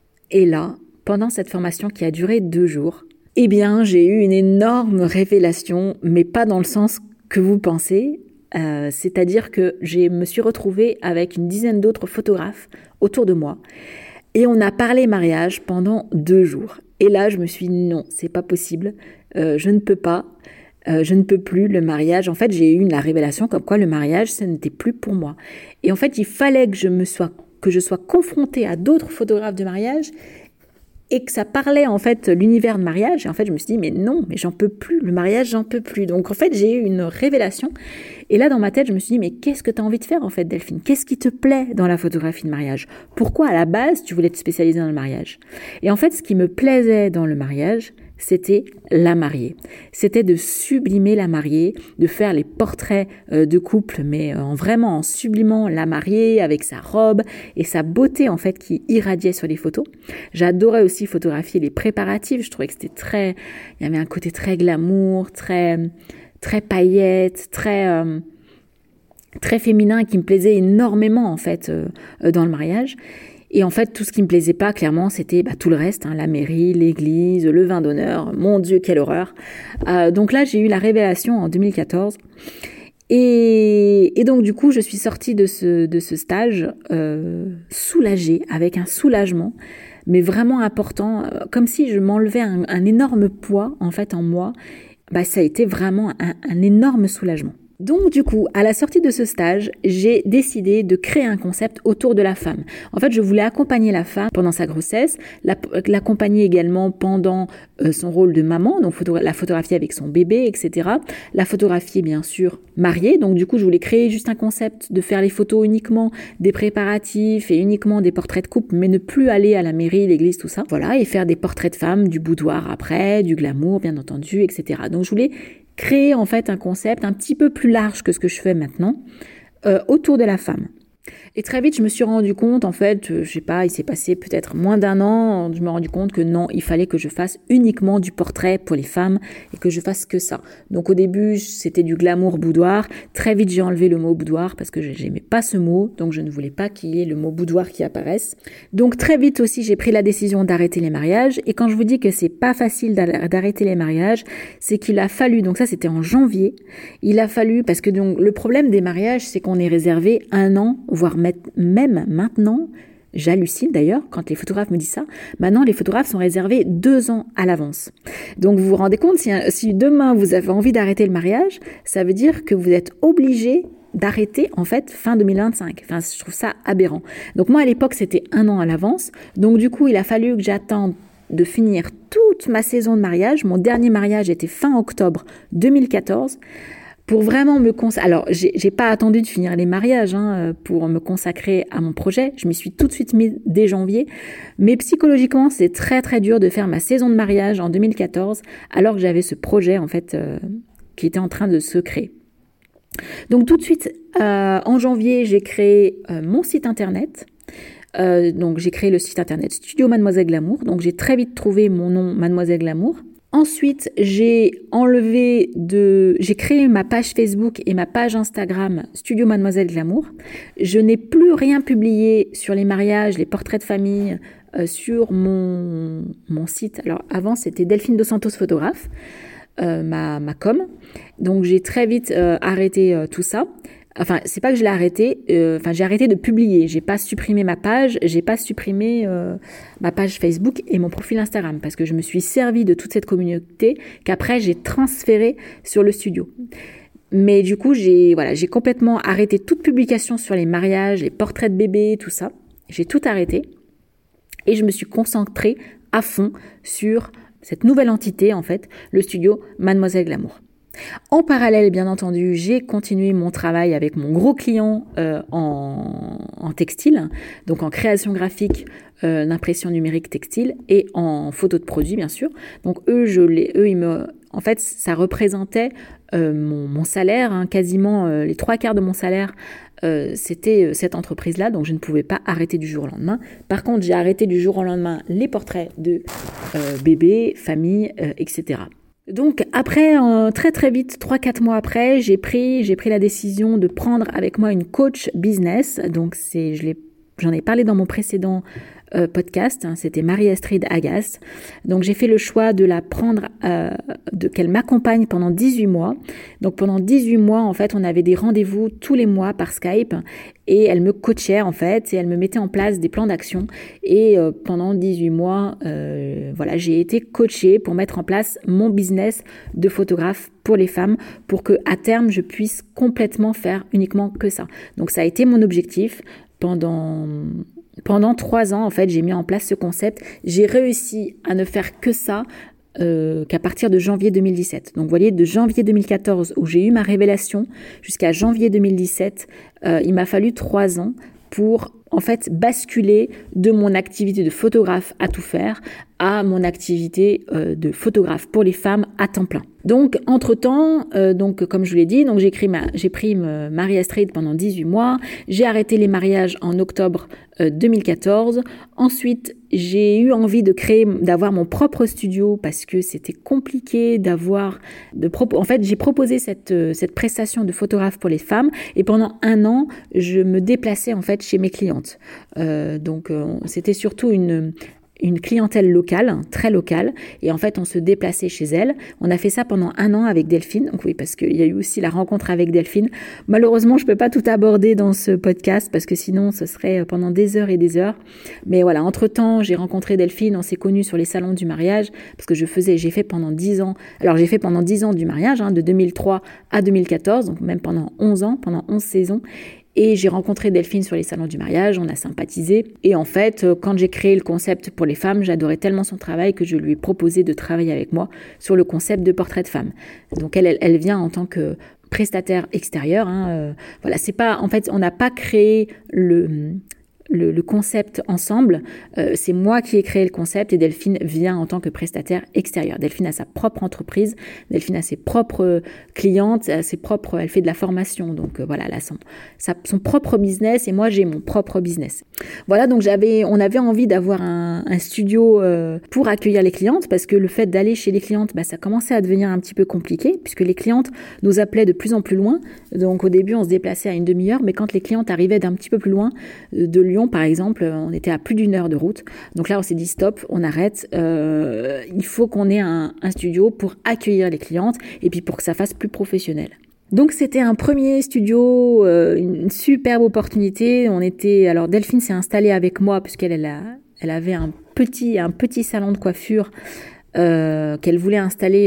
pendant cette formation qui a duré 2 jours, eh bien, j'ai eu une énorme révélation, mais pas dans le sens que vous pensez. C'est-à-dire que je me suis retrouvée avec une dizaine d'autres photographes autour de moi et on a parlé mariage pendant 2 jours. Et là, je me suis dit non, c'est pas possible, je ne peux pas, je ne peux plus, le mariage. En fait, j'ai eu la révélation comme quoi le mariage, ce n'était plus pour moi. Et en fait, il fallait que je sois confrontée à d'autres photographes de mariage et que ça parlait en fait l'univers de mariage. Et en fait, je me suis dit mais non, mais j'en peux plus, le mariage, j'en peux plus. Donc en fait, j'ai eu une révélation. Et là, dans ma tête, je me suis dit mais qu'est-ce que tu as envie de faire en fait, Delphine? Qu'est-ce qui te plaît dans la photographie de mariage? Pourquoi à la base, tu voulais te spécialiser dans le mariage? Et en fait, ce qui me plaisait dans le mariage, c'était la mariée. C'était de sublimer la mariée, de faire les portraits de couple, mais vraiment en sublimant la mariée avec sa robe et sa beauté en fait qui irradiait sur les photos. J'adorais aussi photographier les préparatifs. Je trouvais que il y avait un côté très glamour, très paillettes, très féminin qui me plaisait énormément en fait dans le mariage. Et en fait, tout ce qui me plaisait pas, clairement, c'était tout le reste, la mairie, l'église, le vin d'honneur. Mon Dieu, quelle horreur. Donc là, j'ai eu la révélation en 2014. Et donc, du coup, je suis sortie de ce stage soulagée, avec un soulagement, mais vraiment important, comme si je m'enlevais un énorme poids, en fait, en moi. Ça a été vraiment un énorme soulagement. Donc du coup, à la sortie de ce stage, j'ai décidé de créer un concept autour de la femme. En fait, je voulais accompagner la femme pendant sa grossesse, l'accompagner également pendant son rôle de maman, donc la photographier avec son bébé, etc. La photographier bien sûr mariée, donc du coup, je voulais créer juste un concept de faire les photos uniquement des préparatifs et uniquement des portraits de couple, mais ne plus aller à la mairie, l'église, tout ça. Voilà, et faire des portraits de femmes, du boudoir après, du glamour bien entendu, etc. Donc je voulais créer en fait un concept un petit peu plus large que ce que je fais maintenant autour de la femme. Et très vite, je me suis rendu compte, en fait, je sais pas, il s'est passé peut-être moins d'1 an, je me suis rendu compte que non, il fallait que je fasse uniquement du portrait pour les femmes et que je fasse que ça. Donc au début, c'était du glamour boudoir. Très vite, j'ai enlevé le mot boudoir parce que j'aimais pas ce mot, donc je ne voulais pas qu'il y ait le mot boudoir qui apparaisse. Donc très vite aussi, j'ai pris la décision d'arrêter les mariages. Et quand je vous dis que c'est pas facile d'arrêter les mariages, c'est qu'il a fallu, donc ça c'était en janvier, il a fallu, parce que donc le problème des mariages, c'est qu'on est réservé 1 an, voire même maintenant, j'hallucine d'ailleurs quand les photographes me disent ça, maintenant les photographes sont réservés 2 ans à l'avance. Donc vous vous rendez compte, si demain vous avez envie d'arrêter le mariage, ça veut dire que vous êtes obligé d'arrêter en fait fin 2025. Enfin, je trouve ça aberrant. Donc moi à l'époque c'était 1 an à l'avance, donc du coup il a fallu que j'attende de finir toute ma saison de mariage. Mon dernier mariage était fin octobre 2014. Pour vraiment me consacrer, alors j'ai pas attendu de finir les mariages pour me consacrer à mon projet, je m'y suis tout de suite mise dès janvier, mais psychologiquement c'est très très dur de faire ma saison de mariage en 2014 alors que j'avais ce projet en fait qui était en train de se créer. Donc tout de suite en janvier j'ai créé mon site internet. Donc j'ai créé le site internet Studio Mademoiselle Glamour, donc j'ai très vite trouvé mon nom Mademoiselle Glamour. Ensuite, j'ai créé ma page Facebook et ma page Instagram Studio Mademoiselle Glamour. Je n'ai plus rien publié sur les mariages, les portraits de famille sur mon site. Alors avant, c'était Delphine Dos Santos photographe, ma com. Donc j'ai très vite arrêté tout ça. Enfin, c'est pas que je l'ai arrêté. J'ai arrêté de publier. J'ai pas supprimé ma page. J'ai pas supprimé ma page Facebook et mon profil Instagram parce que je me suis servi de toute cette communauté qu'après j'ai transféré sur le studio. Mais du coup, j'ai complètement arrêté toute publication sur les mariages, les portraits de bébés, tout ça. J'ai tout arrêté et je me suis concentrée à fond sur cette nouvelle entité, en fait, le studio Mademoiselle Glamour. En parallèle, bien entendu, j'ai continué mon travail avec mon gros client en textile, donc en création graphique, l'impression numérique textile et en photo de produits, bien sûr. Donc en fait, ça représentait mon salaire, hein, quasiment les 3/4 de mon salaire. C'était cette entreprise-là, donc je ne pouvais pas arrêter du jour au lendemain. Par contre, j'ai arrêté du jour au lendemain les portraits de bébés, familles, etc. Donc après, très très vite, 3-4 mois après, j'ai pris la décision de prendre avec moi une coach business. Donc j'en ai parlé dans mon précédent podcast, hein, c'était Marie-Astrid Agasse. Donc j'ai fait le choix de la prendre, qu'elle m'accompagne pendant 18 mois. Donc pendant 18 mois, en fait, on avait des rendez-vous tous les mois par Skype et elle me coachait en fait et elle me mettait en place des plans d'action. Et pendant 18 mois, j'ai été coachée pour mettre en place mon business de photographe pour les femmes pour que à terme je puisse complètement faire uniquement que ça. Donc ça a été mon objectif pendant 3 ans, en fait, j'ai mis en place ce concept. J'ai réussi à ne faire que ça qu'à partir de janvier 2017. Donc, vous voyez, de janvier 2014, où j'ai eu ma révélation, jusqu'à janvier 2017, il m'a fallu 3 ans pour, en fait, basculer de mon activité de photographe à tout faire à mon activité de photographe pour les femmes à temps plein. Donc, entre-temps, comme je vous l'ai dit, donc j'ai pris Marie-Astrid pendant 18 mois. J'ai arrêté les mariages en octobre 2014. Ensuite, j'ai eu envie d'avoir mon propre studio parce que c'était compliqué en fait, j'ai proposé cette prestation de photographe pour les femmes et pendant 1 an, je me déplaçais en fait chez mes clientes. C'était surtout une clientèle locale, très locale, et en fait on se déplaçait chez elle. On a fait ça pendant 1 an avec Delphine, donc oui, parce qu'il y a eu aussi la rencontre avec Delphine. Malheureusement, je peux pas tout aborder dans ce podcast, parce que sinon ce serait pendant des heures et des heures. Mais voilà, entre-temps, j'ai rencontré Delphine, on s'est connus sur les salons du mariage, parce que j'ai fait pendant 10 ans, j'ai fait pendant 10 ans du mariage, hein, de 2003 à 2014, donc même pendant 11 ans, pendant 11 saisons. Et j'ai rencontré Delphine sur les salons du mariage, on a sympathisé. Et en fait, quand j'ai créé le concept pour les femmes, j'adorais tellement son travail que je lui ai proposé de travailler avec moi sur le concept de portrait de femme. Donc elle vient en tant que prestataire extérieur. C'est pas, en fait, on n'a pas créé le concept ensemble, c'est moi qui ai créé le concept et Delphine vient en tant que prestataire extérieur. Delphine a sa propre entreprise, Delphine a ses propres clientes, elle fait de la formation, donc elle a son propre business et moi j'ai mon propre business. Voilà, donc on avait envie d'avoir un studio pour accueillir les clientes parce que le fait d'aller chez les clientes, ça commençait à devenir un petit peu compliqué puisque les clientes nous appelaient de plus en plus loin. Donc au début on se déplaçait à une demi-heure, mais quand les clientes arrivaient d'un petit peu plus loin, de Lyon par exemple, on était à plus d'1 heure de route. Donc là on s'est dit stop, on arrête, il faut qu'on ait un studio pour accueillir les clientes et puis pour que ça fasse plus professionnel. Donc c'était un premier studio, une superbe opportunité. Alors Delphine s'est installée avec moi puisqu'elle avait un petit salon de coiffure qu'elle voulait installer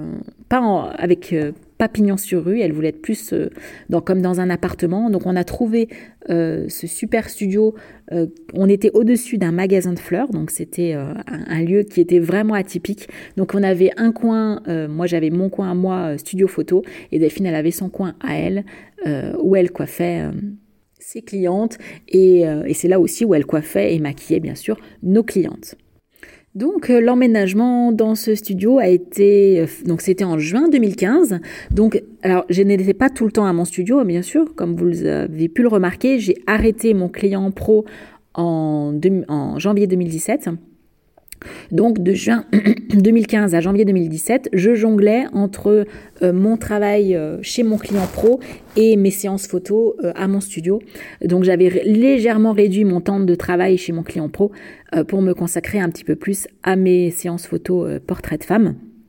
pas pignon sur rue, elle voulait être plus comme dans un appartement. Donc on a trouvé ce super studio, on était au-dessus d'un magasin de fleurs, donc c'était un lieu qui était vraiment atypique. Donc on avait un coin, moi j'avais mon coin à moi, studio photo, et Delphine elle avait son coin à elle, où elle coiffait ses clientes, et c'est là aussi où elle coiffait et maquillait bien sûr nos clientes. Donc l'emménagement dans ce studio a été, c'était en juin 2015. Donc alors je n'étais pas tout le temps à mon studio, bien sûr, comme vous avez pu le remarquer, j'ai arrêté mon client pro en janvier 2017. Donc de juin 2015 à janvier 2017, je jonglais entre mon travail chez mon client pro et mes séances photo à mon studio. Donc j'avais légèrement réduit mon temps de travail chez mon client pro pour me consacrer un petit peu plus à mes séances photo portrait de femme.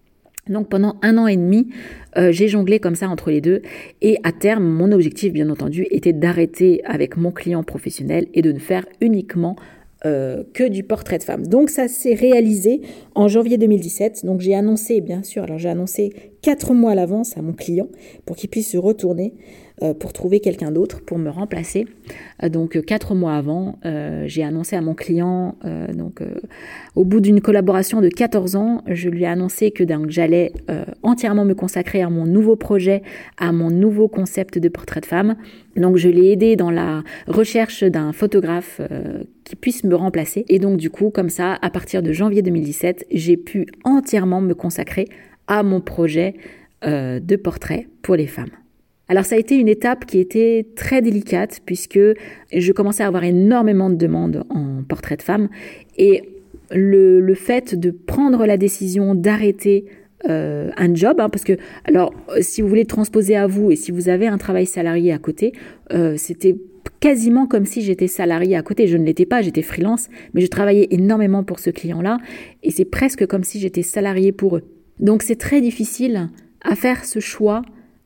Donc pendant 1 an et demi, j'ai jonglé comme ça entre les deux et à terme, mon objectif bien entendu était d'arrêter avec mon client professionnel et de ne faire uniquement que du portrait de femme. Donc ça s'est réalisé en janvier 2017. Donc j'ai annoncé, bien sûr, j'ai annoncé 4 mois à l'avance à mon client pour qu'il puisse se retourner pour trouver quelqu'un d'autre pour me remplacer. Donc 4 mois avant, j'ai annoncé à mon client, au bout d'une collaboration de 14 ans, je lui ai annoncé que j'allais entièrement me consacrer à mon nouveau projet, à mon nouveau concept de portrait de femme. Donc je l'ai aidé dans la recherche d'un photographe qui puisse me remplacer. Et donc du coup, comme ça, à partir de janvier 2017, j'ai pu entièrement me consacrer à mon projet de portrait pour les femmes. Alors ça a été une étape qui était très délicate puisque je commençais à avoir énormément de demandes en portrait de femme et le fait de prendre la décision d'arrêter un job, parce que, alors, si vous voulez transposer à vous et si vous avez un travail salarié à côté, c'était quasiment comme si j'étais salariée à côté. Je ne l'étais pas, j'étais freelance, mais je travaillais énormément pour ce client-là et c'est presque comme si j'étais salariée pour eux. Donc c'est très difficile à faire ce choix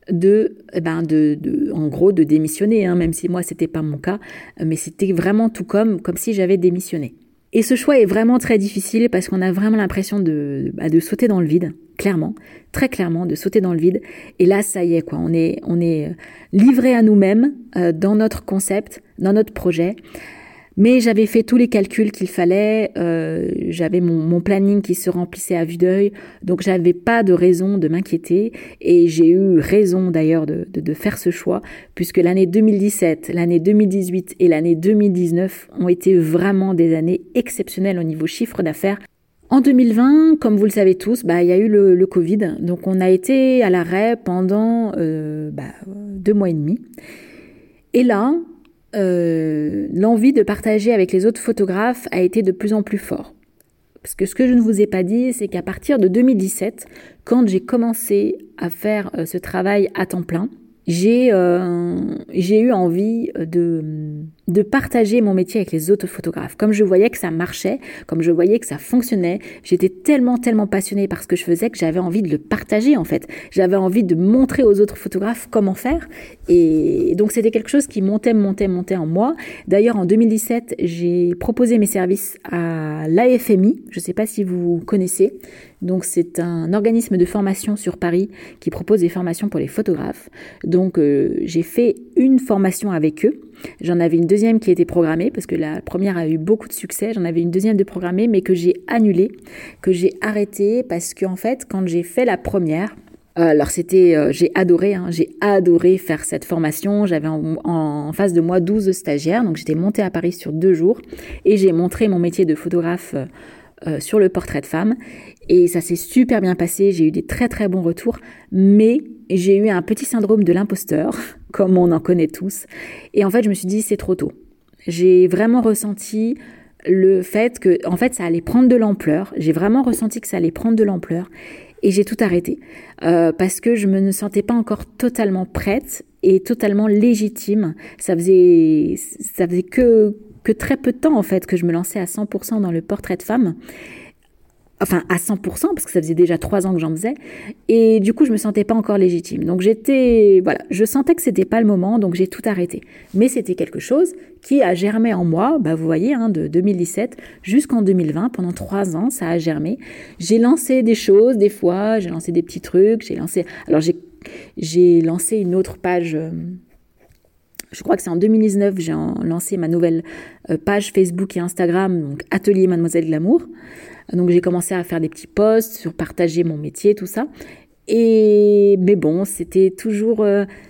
en gros de démissionner, même si moi c'était pas mon cas, mais c'était vraiment tout comme si j'avais démissionné. Et ce choix est vraiment très difficile parce qu'on a vraiment l'impression de sauter dans le vide, clairement, très clairement, de sauter dans le vide. Et là, ça y est, quoi, on est livré à nous-mêmes dans notre concept, dans notre projet. Mais j'avais fait tous les calculs qu'il fallait, j'avais mon planning qui se remplissait à vue d'œil, donc j'avais pas de raison de m'inquiéter et j'ai eu raison d'ailleurs de faire ce choix puisque l'année 2017, l'année 2018 et l'année 2019 ont été vraiment des années exceptionnelles au niveau chiffre d'affaires. En 2020, comme vous le savez tous, il y a eu le Covid, donc on a été à l'arrêt pendant 2 mois et demi. Et là, l'envie de partager avec les autres photographes a été de plus en plus fort. Parce que ce que je ne vous ai pas dit, c'est qu'à partir de 2017, quand j'ai commencé à faire ce travail à temps plein, j'ai eu envie de partager mon métier avec les autres photographes. Comme je voyais que ça marchait, comme je voyais que ça fonctionnait, j'étais tellement passionnée par ce que je faisais que j'avais envie de le partager en fait. J'avais envie de montrer aux autres photographes comment faire. Et donc c'était quelque chose qui montait en moi. D'ailleurs en 2017, j'ai proposé mes services à l'AFMI. Je ne sais pas si vous connaissez. Donc c'est un organisme de formation sur Paris qui propose des formations pour les photographes. Donc j'ai fait une formation avec eux. J'en avais une deuxième qui était programmée parce que la première a eu beaucoup de succès. J'en avais une deuxième de programmée mais que j'ai annulée, que j'ai arrêtée parce qu'en fait quand j'ai fait la première, alors j'ai adoré faire cette formation. J'avais en face de moi 12 stagiaires, donc j'étais montée à Paris sur 2 jours et j'ai montré mon métier de photographe sur le portrait de femme et ça s'est super bien passé, j'ai eu des très très bons retours, mais j'ai eu un petit syndrome de l'imposteur, comme on en connaît tous, et en fait je me suis dit c'est trop tôt. J'ai vraiment ressenti le fait que en fait ça allait prendre de l'ampleur, j'ai vraiment ressenti que ça allait prendre de l'ampleur et j'ai tout arrêté parce que je me sentais pas encore totalement prête et totalement légitime. Ça faisait que très peu de temps en fait que je me lançais à 100% dans le portrait de femme. Enfin à 100% parce que ça faisait déjà 3 ans que j'en faisais et du coup je me sentais pas encore légitime. Donc je sentais que c'était pas le moment, donc j'ai tout arrêté. Mais c'était quelque chose qui a germé en moi, vous voyez, de 2017 jusqu'en 2020, pendant 3 ans, ça a germé. J'ai lancé des choses, des fois, j'ai lancé des petits trucs, j'ai lancé une autre page. Je crois que c'est en 2019, j'ai lancé ma nouvelle page Facebook et Instagram, donc Atelier Mademoiselle Glamour. Donc j'ai commencé à faire des petits posts sur partager mon métier, tout ça. Mais bon, c'était toujours...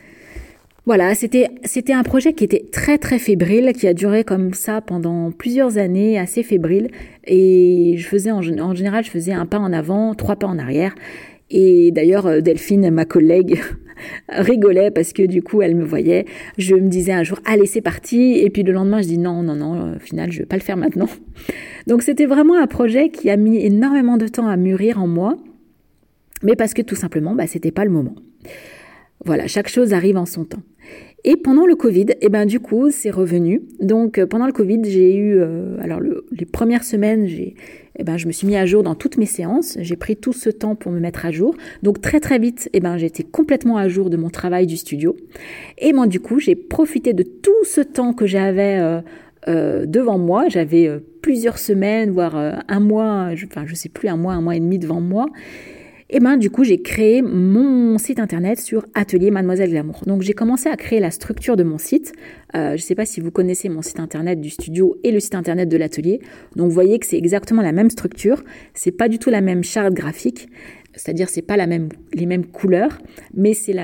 c'était un projet qui était très très fébrile, qui a duré comme ça pendant plusieurs années, assez fébrile. Et je faisais en général, je faisais un pas en avant, 3 pas en arrière. Et d'ailleurs, Delphine, ma collègue, rigolait parce que du coup, elle me voyait. Je me disais un jour, allez, c'est parti. Et puis le lendemain, je dis non, au final, je vais pas le faire maintenant. Donc c'était vraiment un projet qui a mis énormément de temps à mûrir en moi, mais parce que tout simplement, c'était pas le moment. Voilà, chaque chose arrive en son temps. Et pendant le Covid, du coup, c'est revenu. Donc, pendant le Covid, j'ai eu, les premières semaines, je me suis mis à jour dans toutes mes séances. J'ai pris tout ce temps pour me mettre à jour. Donc, très, très vite, j'étais complètement à jour de mon travail du studio. Et moi, du coup, j'ai profité de tout ce temps que j'avais devant moi. J'avais plusieurs semaines, voire un mois, je sais plus, un mois et demi devant moi. Et du coup, j'ai créé mon site internet sur Atelier Mademoiselle Glamour. Donc, j'ai commencé à créer la structure de mon site. Je ne sais pas si vous connaissez mon site internet du studio et le site internet de l'atelier. Donc, vous voyez que c'est exactement la même structure. C'est pas du tout la même charte graphique. C'est-à-dire, c'est pas les mêmes couleurs, mais c'est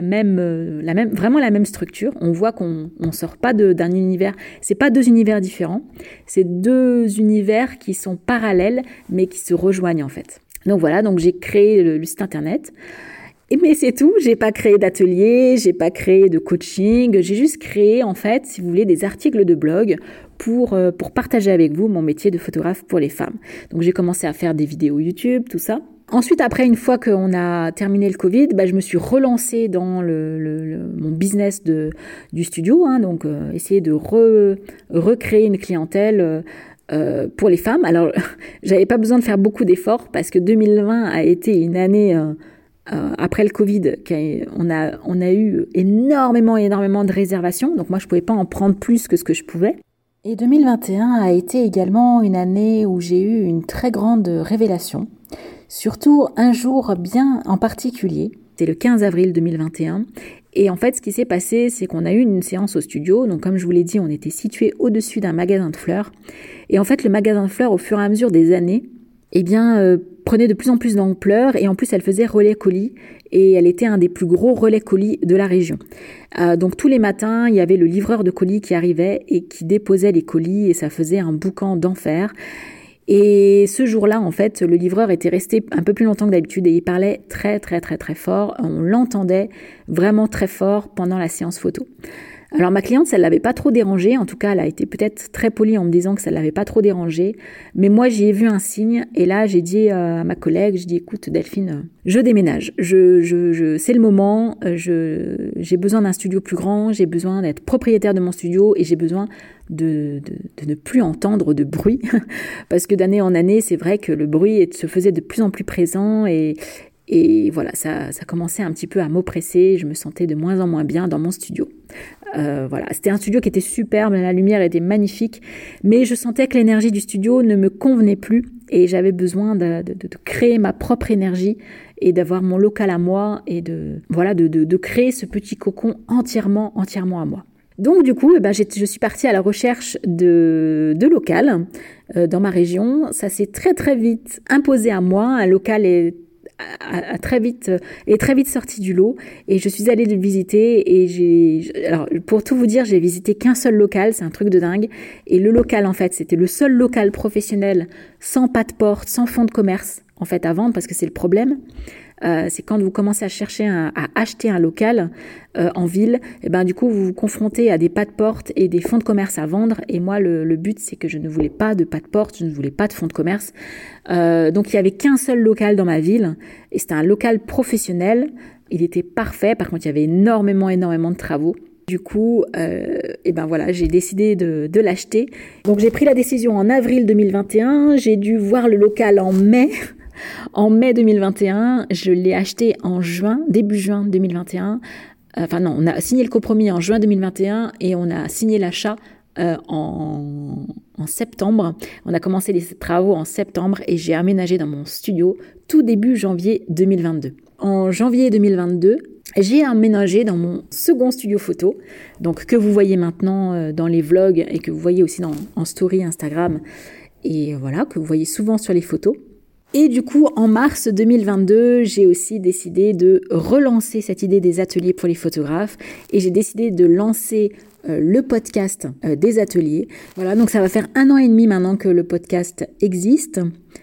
vraiment la même structure. On voit qu'on sort pas d'un univers. C'est pas deux univers différents. C'est deux univers qui sont parallèles, mais qui se rejoignent en fait. Donc voilà, j'ai créé le site internet. Mais c'est tout, j'ai pas créé d'atelier, j'ai pas créé de coaching, j'ai juste créé en fait, si vous voulez, des articles de blog pour partager avec vous mon métier de photographe pour les femmes. Donc j'ai commencé à faire des vidéos YouTube, tout ça. Ensuite, après, une fois qu'on a terminé le Covid, je me suis relancée dans mon business du studio, donc essayer de recréer une clientèle pour les femmes. Alors, j'avais pas besoin de faire beaucoup d'efforts parce que 2020 a été une année après le Covid, on a eu énormément de réservations. Donc moi, je pouvais pas en prendre plus que ce que je pouvais. Et 2021 a été également une année où j'ai eu une très grande révélation. Surtout un jour bien en particulier. C'est le 15 avril 2021. Et en fait, ce qui s'est passé, c'est qu'on a eu une séance au studio. Donc, comme je vous l'ai dit, on était situé au-dessus d'un magasin de fleurs. Et en fait, le magasin de fleurs, au fur et à mesure des années, prenait de plus en plus d'ampleur. Et en plus, elle faisait relais colis. Et elle était un des plus gros relais colis de la région. Donc, tous les matins, il y avait le livreur de colis qui arrivait et qui déposait les colis. Et ça faisait un boucan d'enfer. Et ce jour-là, en fait, le livreur était resté un peu plus longtemps que d'habitude et il parlait très, très, très, très fort. On l'entendait vraiment très fort pendant la séance photo. Alors ma cliente, ça ne l'avait pas trop dérangée. En tout cas, elle a été peut-être très polie en me disant que ça ne l'avait pas trop dérangée. Mais moi, j'y ai vu un signe. Et là, j'ai dit à ma collègue, écoute Delphine, je déménage. C'est le moment. J'ai besoin d'un studio plus grand. J'ai besoin d'être propriétaire de mon studio. Et j'ai besoin de ne plus entendre de bruit. Parce que d'année en année, c'est vrai que le bruit se faisait de plus en plus présent. Et voilà, ça commençait un petit peu à m'oppresser. Je me sentais de moins en moins bien dans mon studio. C'était un studio qui était superbe, la lumière était magnifique, mais je sentais que l'énergie du studio ne me convenait plus et j'avais besoin de créer ma propre énergie et d'avoir mon local à moi et de créer ce petit cocon entièrement à moi. Donc du coup, je suis partie à la recherche de local dans ma région. Ça s'est très très vite imposé à moi. Un local est très vite sorti du lot et je suis allée le visiter et pour tout vous dire, j'ai visité qu'un seul local, c'est un truc de dingue. Et le local, en fait, c'était le seul local professionnel sans pas de porte, sans fonds de commerce en fait à vendre, parce que c'est le problème. C'est quand vous commencez à chercher à acheter un local en ville, du coup vous vous confrontez à des pas de porte et des fonds de commerce à vendre. Et moi le but, c'est que je ne voulais pas de pas de porte, je ne voulais pas de fonds de commerce. Donc il y avait qu'un seul local dans ma ville et c'était un local professionnel. Il était parfait, par contre il y avait énormément de travaux. Du coup, j'ai décidé de l'acheter. Donc j'ai pris la décision en avril 2021, j'ai dû voir le local en mai. En mai 2021, je l'ai acheté en début juin 2021. On a signé le compromis en juin 2021 et on a signé l'achat en septembre. On a commencé les travaux en septembre et j'ai aménagé dans mon studio tout début janvier 2022. En janvier 2022, j'ai aménagé dans mon second studio photo, donc que vous voyez maintenant dans les vlogs et que vous voyez aussi en story Instagram et voilà, que vous voyez souvent sur les photos. Et du coup, en mars 2022, j'ai aussi décidé de relancer cette idée des ateliers pour les photographes et j'ai décidé de lancer le podcast des ateliers. Voilà, donc ça va faire 1 an et demi maintenant que le podcast existe.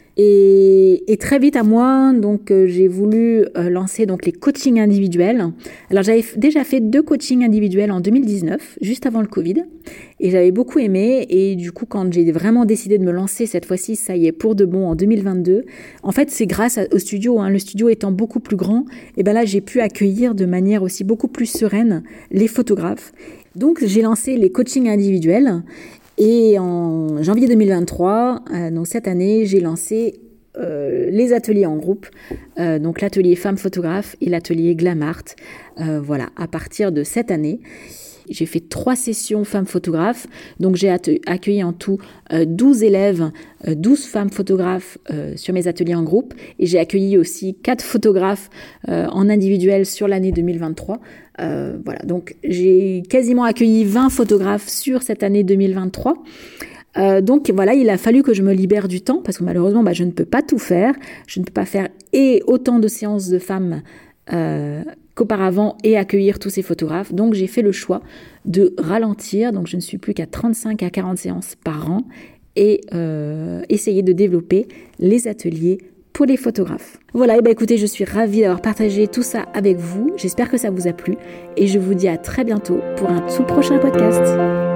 Et très vite à moi, donc j'ai voulu lancer donc les coachings individuels. Alors j'avais déjà fait 2 coachings individuels en 2019, juste avant le Covid, et j'avais beaucoup aimé. Et du coup, quand j'ai vraiment décidé de me lancer cette fois-ci, ça y est, pour de bon, en 2022, en fait c'est grâce au studio, le studio étant beaucoup plus grand, et là j'ai pu accueillir de manière aussi beaucoup plus sereine les photographes. Donc j'ai lancé les coachings individuels et en janvier 2023, donc cette année, j'ai lancé les ateliers en groupe, donc l'atelier femmes photographes et l'atelier Glam Art. Voilà, à partir de cette année. J'ai fait 3 sessions femmes photographes, donc j'ai accueilli en tout 12 élèves, 12 femmes photographes sur mes ateliers en groupe, et j'ai accueilli aussi 4 photographes en individuel sur l'année 2023. Voilà, donc j'ai quasiment accueilli 20 photographes sur cette année 2023. Donc voilà, il a fallu que je me libère du temps, parce que malheureusement, je ne peux pas tout faire. Je ne peux pas faire et autant de séances de femmes qu'auparavant et accueillir tous ces photographes. Donc j'ai fait le choix de ralentir, donc je ne suis plus qu'à 35 à 40 séances par an et essayer de développer les ateliers pour les photographes. Voilà, et écoutez, je suis ravie d'avoir partagé tout ça avec vous. J'espère que ça vous a plu et je vous dis à très bientôt pour un tout prochain podcast.